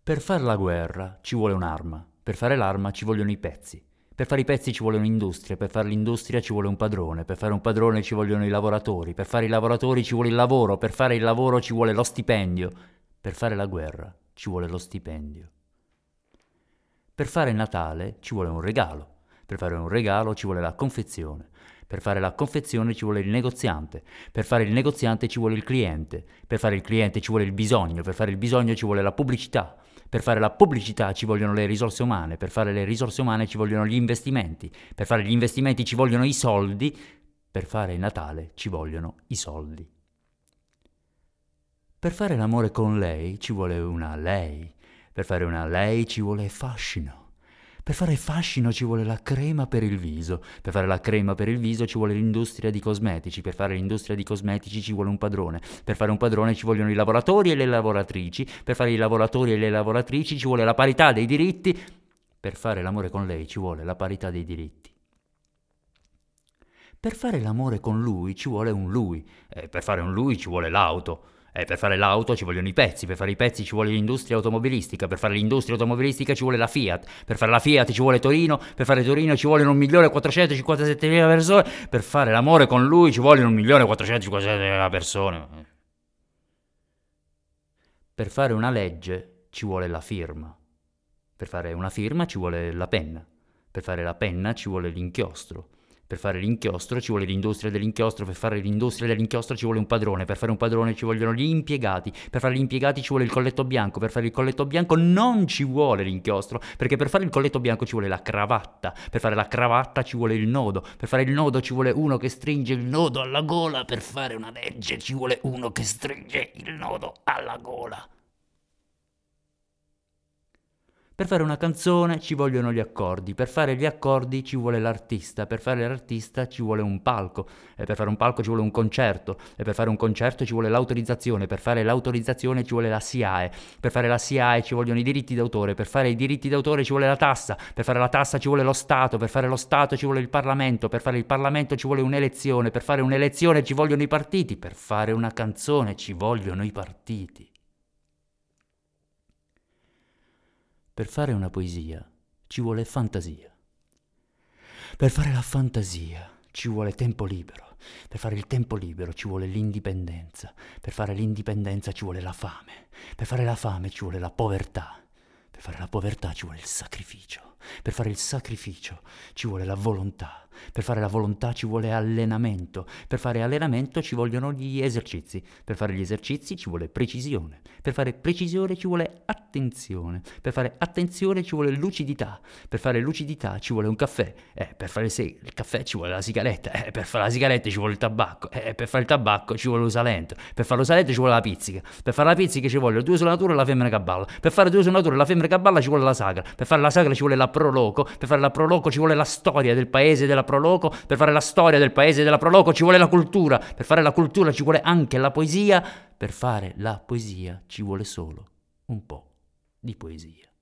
Per fare la guerra ci vuole un'arma, per fare l'arma ci vogliono i pezzi. Per fare i pezzi ci vuole un'industria, per fare l'industria ci vuole un padrone, per fare un padrone ci vogliono i lavoratori, per fare i lavoratori ci vuole il lavoro, per fare il lavoro ci vuole lo stipendio, per fare la guerra ci vuole lo stipendio. Per fare Natale ci vuole un regalo, per fare un regalo ci vuole la confezione, per fare la confezione ci vuole il negoziante, per fare il negoziante ci vuole il cliente, per fare il cliente ci vuole il bisogno, per fare il bisogno ci vuole la pubblicità, per fare la pubblicità ci vogliono le risorse umane, per fare le risorse umane ci vogliono gli investimenti, per fare gli investimenti ci vogliono i soldi, per fare il Natale ci vogliono i soldi. Per fare l'amore con lei ci vuole una lei, per fare una lei ci vuole fascino. Per fare fascino ci vuole la crema per il viso, per fare la crema per il viso ci vuole l'industria di cosmetici, per fare l'industria di cosmetici ci vuole un padrone, per fare un padrone ci vogliono i lavoratori e le lavoratrici, per fare i lavoratori e le lavoratrici ci vuole la parità dei diritti, per fare l'amore con lei ci vuole la parità dei diritti. Per fare l'amore con lui ci vuole un lui, per fare un lui ci vuole l'auto. Per fare l'auto ci vogliono i pezzi, per fare i pezzi ci vuole l'industria automobilistica, per fare l'industria automobilistica ci vuole la Fiat, per fare la Fiat ci vuole Torino, per fare Torino ci vogliono 1.457.000 persone, per fare l'amore con lui ci vogliono 1.457.000 persone. Per fare una legge ci vuole la firma, per fare una firma ci vuole la penna, per fare la penna ci vuole l'inchiostro. Per fare l'inchiostro ci vuole l'industria dell'inchiostro, per fare l'industria dell'inchiostro ci vuole un padrone, per fare un padrone ci vogliono gli impiegati, per fare gli impiegati ci vuole il colletto bianco, per fare il colletto bianco non ci vuole l'inchiostro, perché per fare il colletto bianco ci vuole la cravatta, per fare la cravatta ci vuole il nodo, per fare il nodo ci vuole uno che stringe il nodo alla gola, per fare una legge ci vuole uno che stringe il nodo alla gola. Per fare una canzone ci vogliono gli accordi, per fare gli accordi ci vuole l'artista, per fare l'artista ci vuole un palco, e per fare un palco ci vuole un concerto, e per fare un concerto ci vuole l'autorizzazione, per fare l'autorizzazione ci vuole la SIAE, per fare la SIAE ci vogliono i diritti d'autore, per fare i diritti d'autore ci vuole la tassa, per fare la tassa ci vuole lo Stato, per fare lo Stato ci vuole il Parlamento, per fare il Parlamento ci vuole un'elezione, per fare un'elezione ci vogliono i partiti, per fare una canzone ci vogliono i partiti. Per fare una poesia ci vuole fantasia. Per fare la fantasia ci vuole tempo libero. Per fare il tempo libero ci vuole l'indipendenza. Per fare l'indipendenza ci vuole la fame. Per fare la fame ci vuole la povertà. Per fare la povertà ci vuole il sacrificio. Per fare il sacrificio ci vuole la volontà. Per fare la volontà ci vuole allenamento. Per fare allenamento ci vogliono gli esercizi. Per fare gli esercizi ci vuole precisione. Per fare precisione ci vuole attenzione. Per fare attenzione ci vuole lucidità. Per fare lucidità ci vuole un caffè. Per fare il caffè ci vuole la sigaretta. Per fare la sigaretta ci vuole il tabacco. Per fare il tabacco ci vuole l'usalento. Per fare l'usalento ci vuole la pizzica. Per fare la pizzica ci vuole due suonature e la femmina che balla. Per fare due suonature e la femmina che balla ci vuole la sagra. Per fare la sagra ci vuole la proloco. Per fare la proloco ci vuole la storia del paese della proloco. Per fare la storia del paese della proloco ci vuole la cultura. Per fare la cultura ci vuole anche la poesia. Per fare la poesia ci vuole solo un po' di poesia.